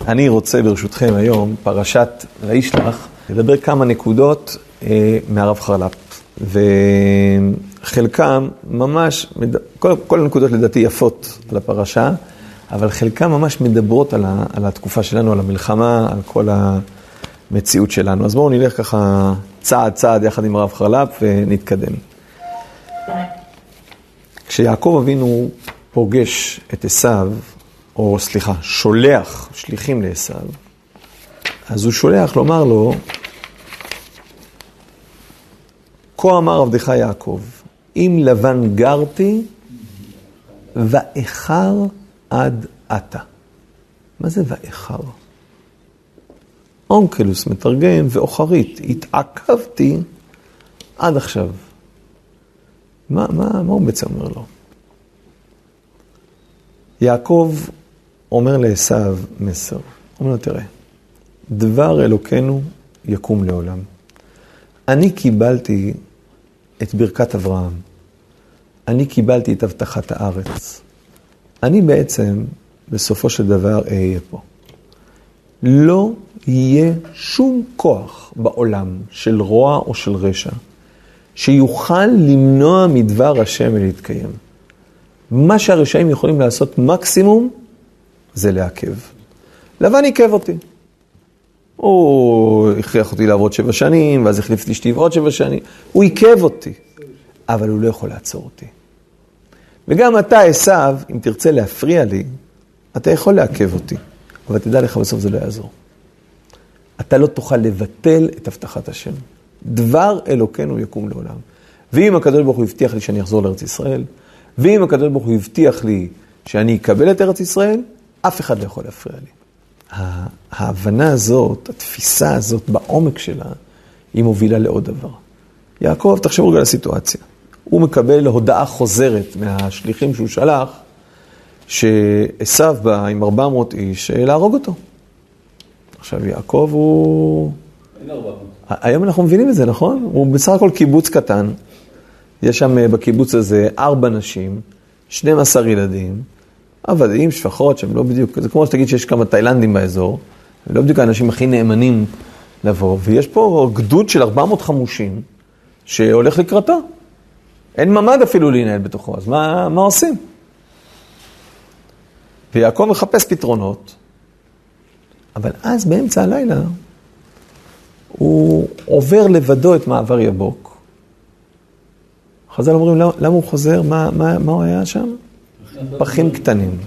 אני רוצה ברשותכם היום, פרשת וישלח, לדבר כמה נקודות מהרב חרל"פ. וחלקם ממש, כל הנקודות לדעתי יפות על הפרשה, אבל חלקם ממש מדברות על התקופה שלנו, על המלחמה, על כל המציאות שלנו. אז בואו נלך ככה צעד צעד יחד עם הרב חרל"פ ונתקדם. כשיעקב אבינו פוגש את עשיו, או סליחה, שולח שליחים לעשיו, אז הוא שולח לומר לו, כה אמר עבדך יעקב, אם לבן גרתי ואיחר עד עתה. מה זה ואיחר? אונקלוס מתרגם ואוחרית, התעכבתי עד עכשיו. מה הוא בעצם אומר לו? יעקב אומר לעשיו מסר. הוא אומר לו, תראה, דבר אלוקינו יקום לעולם. אני קיבלתי את ברכת אברהם. אני קיבלתי את הבטחת הארץ. אני בעצם, בסופו של דבר, אהיה פה. לא יהיה שום כוח בעולם של רוע או של רשע, שיוכל למנוע מדבר השם ולהתקיים. מה שהרשעים יכולים לעשות מקסימום, זה לעכב. לבן עיכב אותי. הוא הכריח אותי לעבוד 7 שנים, ואז החליף את אשתי עוד 7 שנים. הוא עיכב אותי, אבל הוא לא יכול לעצור אותי. וגם אתה, עשיו, אם תרצה להפריע לי, אתה יכול לעכב אותי, אבל תדע לך בסוף זה לא יעזור. אתה לא תוכל לבטל את הבטחת השם. דבר אלוקינו יקום לעולם. ואם הקדוש ברוך הוא הבטיח לי שאני אחזור לארץ ישראל, ואם הקדוש ברוך הוא הבטיח לי שאני אקבל את ארץ ישראל, אף אחד לא יכול להפריע לי. ההבנה הזאת, התפיסה הזאת בעומק שלה, היא מובילה לעוד דבר. יעקב, תחשבו רגע על הסיטואציה. הוא מקבל הודעה חוזרת מהשליחים שהוא שלח, שעשיו בא עם 400 איש להרוג אותו. עכשיו יעקב הוא... היום אנחנו מבינים את זה, נכון? הוא בסך הכל קיבוץ קטן. יש שם בקיבוץ הזה 4 נשים, 12 ילדים, עבדים, שפחות, שהם לא בדיוק, זה כמו שתגיד שיש כמה תאילנדים באזור, הם לא בדיוק האנשים הכי נאמנים לבוא, ויש פה גדוד של 400 חמושים, שהולך לקראתו. אין ממד אפילו להינהל בתוכו, אז מה עושים? ויעקב מחפש פתרונות, אבל אז באמצע הלילה, הוא עובר לבדו את מעבר יבוק. חז"ל אומרים, למה הוא חוזר? מה הוא היה שם? פחים קטנים.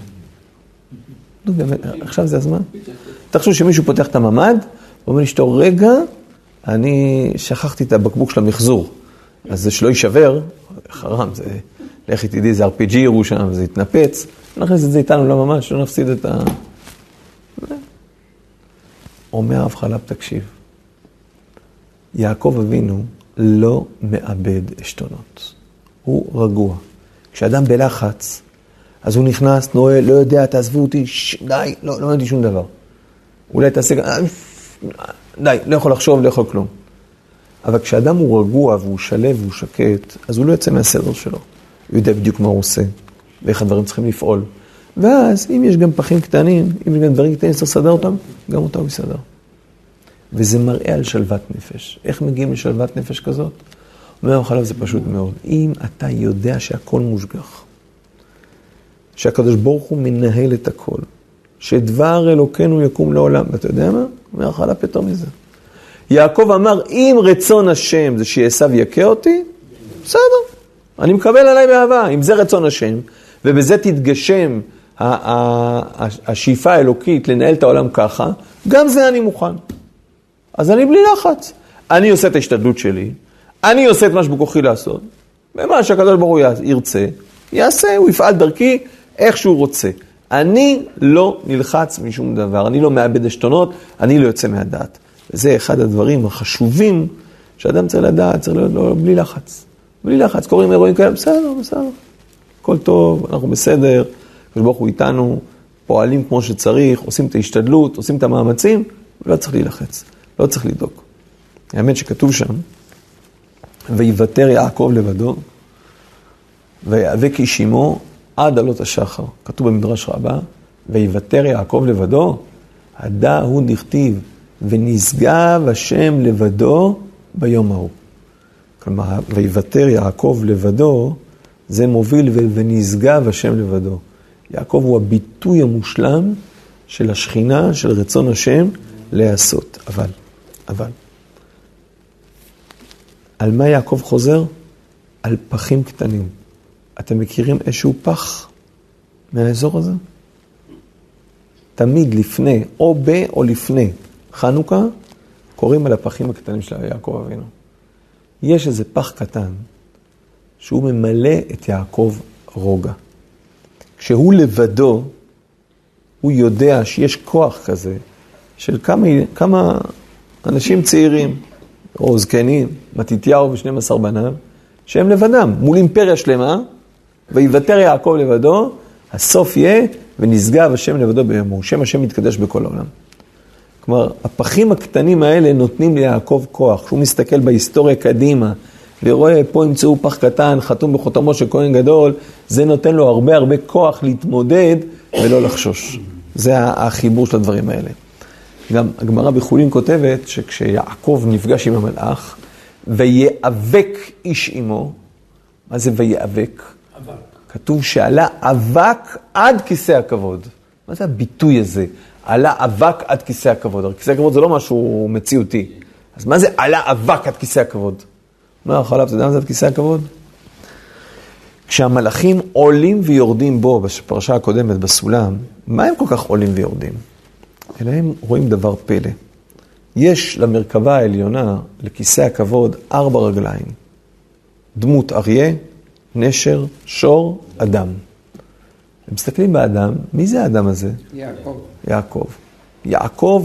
עכשיו זה הזמן. תחשוב שמישהו פותח את הממד, ואומר אשתו, רגע, אני שכחתי את הבקבוק של המחזור. אז זה שלא יישבר, חרם, זה, לכי תדעי, זה RPG יראו שם, זה יתנפץ. נכניס את זה איתנו לא ממש, שלא נפסיד את ה... אומר הרב חרל"פ, תקשיב. יעקב אבינו לא מאבד עשתונות. הוא רגוע. כשאדם בלחץ, אז הוא נכנס, נועל, לא יודע, תעזבו אותי, די, לא נדעתי שום דבר. אולי תעשה, די, לא יכול לחשוב, לא יכול כלום. אבל כשאדם הוא רגוע והוא שלב והוא שקט, אז הוא לא יוצא מהסדר שלו. הוא יודע בדיוק מה הוא עושה, ואיך הדברים צריכים לפעול. ואז, אם יש גם פחים קטנים, אם יש גם דברים קטנים שצריך לסדר אותם, גם אותה הוא יסדר. וזה מראה על שלוות נפש. איך מגיעים לשלוות נפש כזאת? אומר החלב זה פשוט מאוד. אם אתה יודע שהכל מושגח, שהקדוש ברוך הוא מנהל את הכל, שדבר אלוקינו יקום לעולם, ואתה יודע מה? אומר החלב יותר מזה. יעקב אמר, אם רצון השם זה שעשיו יכה אותי, בסדר, אני מקבל עליי באהבה. אם זה רצון השם, ובזה תתגשם השאיפה האלוקית לנהל את העולם ככה, גם זה אני מוכן. אז אני בלי לחץ. אני עושה את ההשתדלות שלי, אני עושה את מה שבכוחי לעשות, ומה שהקדוש ברוך הוא ירצה, יעשה, הוא יפעל דרכי איך שהוא רוצה. אני לא נלחץ משום דבר, אני לא מאבד עשתונות, אני לא יוצא מהדעת. וזה אחד הדברים החשובים שאדם צריך לדעת, צריך להיות לא, בלי לחץ. בלי לחץ, קוראים אירועים כאלה, בסדר. הכל טוב, אנחנו בסדר, הקדוש ברוך הוא איתנו, פועלים כמו שצריך, עושים את ההשתדלות, עושים את המאמצים, ולא צריך להילחץ, לא צריך לדאוג. האמת שכתוב שם, ויוותר יעקב לבדו, ויאבק איש עמו עד עלות השחר. כתוב במדרש רבה, ויוותר יעקב לבדו, הדא הוא דכתיב, ונשגב השם לבדו ביום ההוא. כלומר, ויוותר יעקב לבדו, זה מוביל ונשגב השם לבדו. יעקב הוא הביטוי המושלם של השכינה, של רצון השם לעשות. אבל, על מה יעקב חוזר? על פחים קטנים. אתם מכירים איזשהו פח מהאזור הזה? תמיד לפני, או לפני חנוכה, קוראים על הפחים הקטנים של יעקב אבינו. יש איזה פח קטן, שהוא ממלא את יעקב רוגע. כשהוא לבדו, הוא יודע שיש כוח כזה, של כמה אנשים צעירים, או זקנים, מתתיהו ו12 בניו, שהם לבדם, מול אימפריה שלמה, ויוותר יעקב לבדו, הסוף יהיה, ונשגב השם לבדו ביומו. שם השם מתקדש בכל העולם. כלומר, הפחים הקטנים האלה נותנים ליעקב כוח. כשהוא מסתכל בהיסטוריה קדימה, ורואה פה ימצאו פח קטן, חתום בחותמו של כהן גדול, זה נותן לו הרבה כוח להתמודד ולא לחשוש. זה החיבור של הדברים האלה. גם הגמרא בחולין כותבת שכשיעקב נפגש עם המלאך, ויאבק איש עמו, מה זה ויאבק? אבק. כתוב שעלה אבק עד כיסא הכבוד. מה זה הביטוי הזה? עלה אבק עד כיסא הכבוד. כיסא הכבוד זה לא משהו מציאותי. אז מה זה עלה אבק עד כיסא הכבוד? מה חלב, אתה יודע מה זה עד כיסא הכבוד? כשהמלאכים עולים ויורדים בו, בפרשה הקודמת בסולם, מה הם כל כך עולים ויורדים? אלא הם רואים דבר פלא. יש למרכבה העליונה, לכיסא הכבוד, 4 רגליים. דמות אריה, נשר, שור, אדם. הם מסתכלים באדם, מי זה האדם הזה? יעקב. יעקב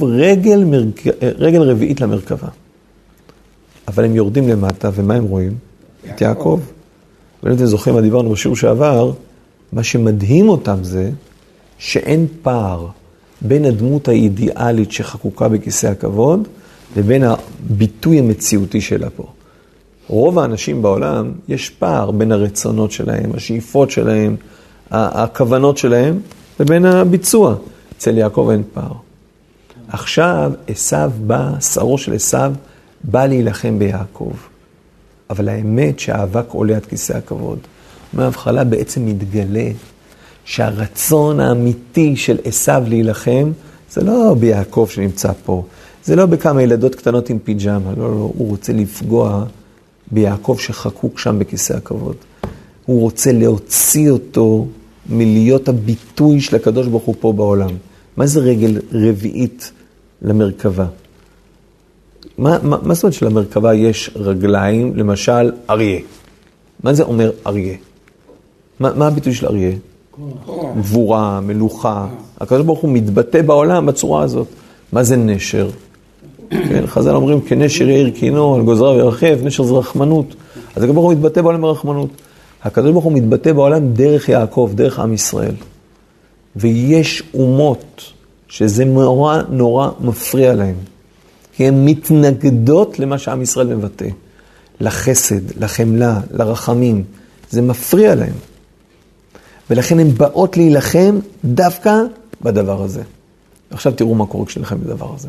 רגל רביעית למרכבה. אבל הם יורדים למטה, ומה הם רואים? את יעקב. ואם אתם זוכרים מה דיברנו בשיעור שעבר, מה שמדהים אותם זה שאין פער בין הדמות האידיאלית שחקוקה בכיסא הכבוד, לבין הביטוי המציאותי שלה פה. רוב האנשים בעולם, יש פער בין הרצונות שלהם, השאיפות שלהם, הכוונות שלהם, לבין הביצוע. אצל יעקב אין פער. עכשיו עשיו בא, שרו של עשיו, בא להילחם ביעקב. אבל האמת שהאבק עולה עד כיסא הכבוד. מההבחלה בעצם מתגלה שהרצון האמיתי של עשיו להילחם, זה לא ביעקב שנמצא פה. זה לא בכמה ילדות קטנות עם פיג'מה. לא, הוא רוצה לפגוע ביעקב שחקוק שם בכיסא הכבוד. הוא רוצה להוציא אותו מלהיות הביטוי של הקדוש ברוך הוא פה בעולם. מה זה רגל רביעית למרכבה? מה זאת אומרת שלמרכבה יש רגליים, למשל אריה? מה זה אומר אריה? מה הביטוי של אריה? גבורה, מלוכה. הקדוש ברוך הוא מתבטא בעולם בצורה הזאת. מה זה נשר? כן, חז"ל אומרים, כנשר יאיר קינו, על גוזריו ירחב, נשר זה רחמנות. אז הקדוש ברוך הוא מתבטא בעולם ברחמנות. הקדוש ברוך הוא מתבטא בעולם דרך יעקב, דרך עם ישראל. ויש אומות שזה נורא מפריע להם. כי הן מתנגדות למה שעם ישראל מבטא. לחסד, לחמלה, לרחמים. זה מפריע להם. ולכן הן באות להילחם דווקא בדבר הזה. עכשיו תראו מה קורה כשנלחם בדבר הזה.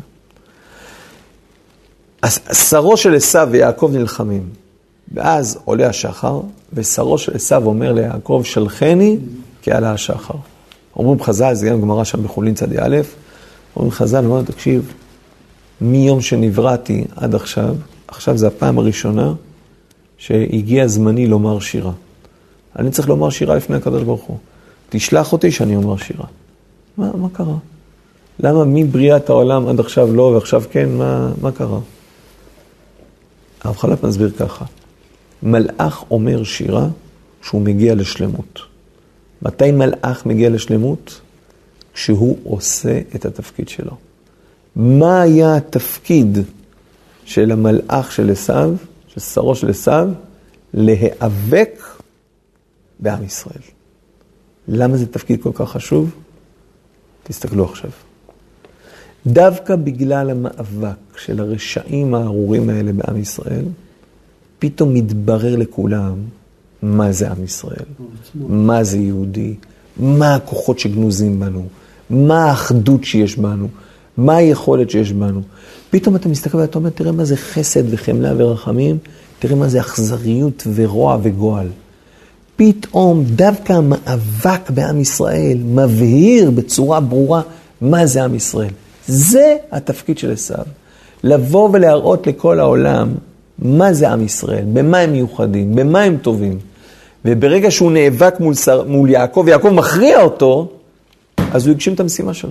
שרו של עשיו ויעקב נלחמים. ואז עולה השחר, ושרו של עשיו אומר ליעקב, שלחני כי עלה השחר. אומרים חז"ל, זה גם גמרא שם בחולין צדי א', אומרים חז"ל, אומרים, תקשיב, מיום שנבראתי עד עכשיו, עכשיו זה הפעם הראשונה שהגיע זמני לומר שירה. אני צריך לומר שירה לפני הקדוש ברוך הוא. תשלח אותי שאני אומר שירה. מה קרה? למה מבריאת העולם עד עכשיו לא ועכשיו כן? מה קרה? הרב חלף מסביר ככה. מלאך אומר שירה שהוא מגיע לשלמות. מתי מלאך מגיע לשלמות? כשהוא עושה את התפקיד שלו. מה היה התפקיד של המלאך של עשיו, של שרו של עשיו? להיאבק בעם ישראל. למה זה תפקיד כל כך חשוב? תסתכלו עכשיו. דווקא בגלל המאבק של הרשעים הארורים האלה בעם ישראל, פתאום מתברר לכולם מה זה עם ישראל, מה זה יהודי, מה הכוחות שגנוזים בנו, מה האחדות שיש בנו, מה היכולת שיש בנו? פתאום אתה מסתכל ואתה אומר, תראה מה זה חסד וחמלה ורחמים, תראה מה זה אכזריות ורוע וגועל. פתאום דווקא המאבק בעם ישראל מבהיר בצורה ברורה מה זה עם ישראל. זה התפקיד של עשיו. לבוא ולהראות לכל העולם מה זה עם ישראל, במה הם מיוחדים, במה הם טובים. וברגע שהוא נאבק מול יעקב, ויעקב מכריע אותו, אז הוא הגשים את המשימה שלו.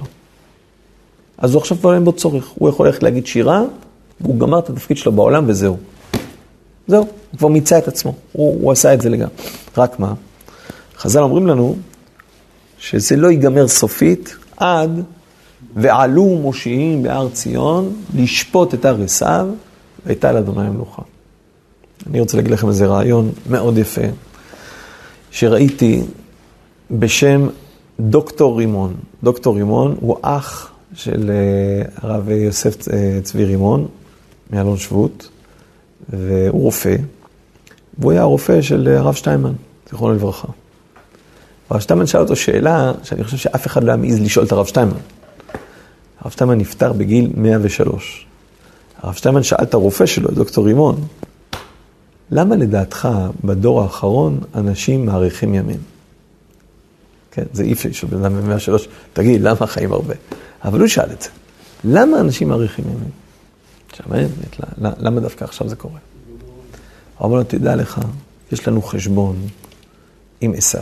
אז הוא עכשיו כבר אין בו צורך. הוא יכול ללכת להגיד שירה, והוא גמר את התפקיד שלו בעולם וזהו. זהו, הוא כבר מיצה את עצמו. הוא עשה את זה לגמרי. רק מה? חז"ל אומרים לנו שזה לא ייגמר סופית עד ועלו מושיעים בהר ציון לשפוט את הר עשיו והייתה לאדוני המלוכה. אני רוצה להגיד לכם איזה רעיון מאוד יפה שראיתי בשם דוקטור רימון. דוקטור רימון הוא אח של הרב יוסף צבי רימון מאלון שבות, והוא רופא, והוא היה הרופא של הרב שטיינמן, זיכרונו לברכה. הרב שטיינמן שאל אותו שאלה שאני חושב שאף אחד לא היה מעז לשאול את הרב שטיינמן. הרב שטיינמן נפטר בגיל 103. הרב שטיינמן שאל את הרופא שלו, דוקטור רימון, למה לדעתך בדור האחרון אנשים מעריכים ימים? כן, זה איפה של בן אדם ב-103, תגיד, למה חיים הרבה? אבל הוא שאל את זה. למה אנשים מעריכים ימים? שמעניין, למה דווקא עכשיו זה קורה? הוא אמר לו, תדע לך, יש לנו חשבון עם עשיו.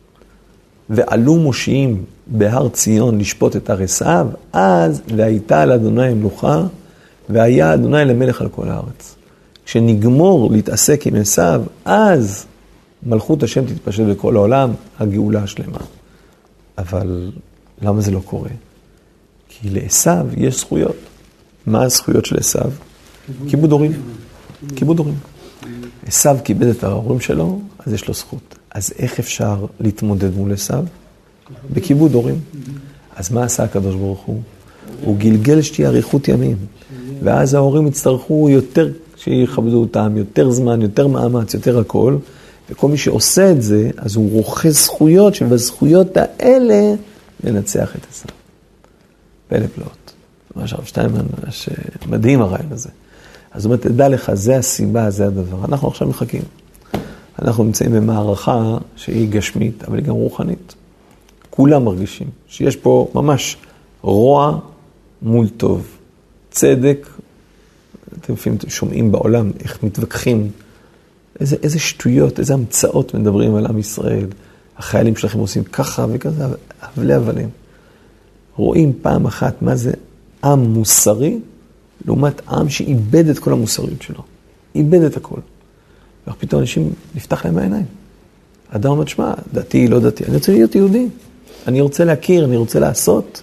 ועלו מושיעים בהר ציון לשפוט את הר עשיו, אז והייתה על אדוני המלוכה, והיה אדוני למלך על כל הארץ. כשנגמור להתעסק עם עשיו, אז מלכות השם תתפשט בכל העולם, הגאולה השלמה. אבל למה זה לא קורה? כי לעשיו יש זכויות. מה הזכויות של עשיו? כיבוד הורים. כיבוד הורים. עשיו כיבד את ההורים שלו, אז יש לו זכות. אז איך אפשר להתמודד מול עשיו? בכיבוד הורים. אז מה עשה הקדוש ברוך הוא? הוא גלגל שתהיה אריכות ימים. ואז ההורים יצטרכו יותר שיכבדו אותם, יותר זמן, יותר מאמץ, יותר הכל. וכל מי שעושה את זה, אז הוא רוכז זכויות, שבזכויות האלה לנצח את עשיו. פלא פלאות. ממש הרב שטיינמן, ממש מדהים הרעיון הזה. אז הוא אומר, תדע לך, זה הסיבה, זה הדבר. אנחנו עכשיו מחכים. אנחנו נמצאים במערכה שהיא גשמית, אבל היא גם רוחנית. כולם מרגישים שיש פה ממש רוע מול טוב. צדק, אתם לפעמים שומעים בעולם איך מתווכחים, איזה שטויות, איזה המצאות מדברים על עם ישראל. החיילים שלכם עושים ככה וכזה, הבלי הבלים. רואים פעם אחת מה זה עם מוסרי, לעומת עם שאיבד את כל המוסריות שלו. איבד את הכל. ופתאום אנשים נפתח להם העיניים. אדם אומר, שמע, דתי, לא דתי, אני רוצה להיות יהודי. אני רוצה להכיר, אני רוצה לעשות.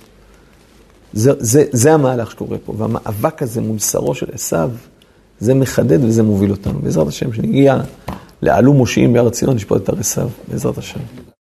זה המהלך שקורה פה. והמאבק הזה מול שרו של עשיו, זה מחדד וזה מוביל אותנו. בעזרת השם, שנגיע לעלו מושיעים בהר ציון, לשפוט את הר עשיו. בעזרת השם.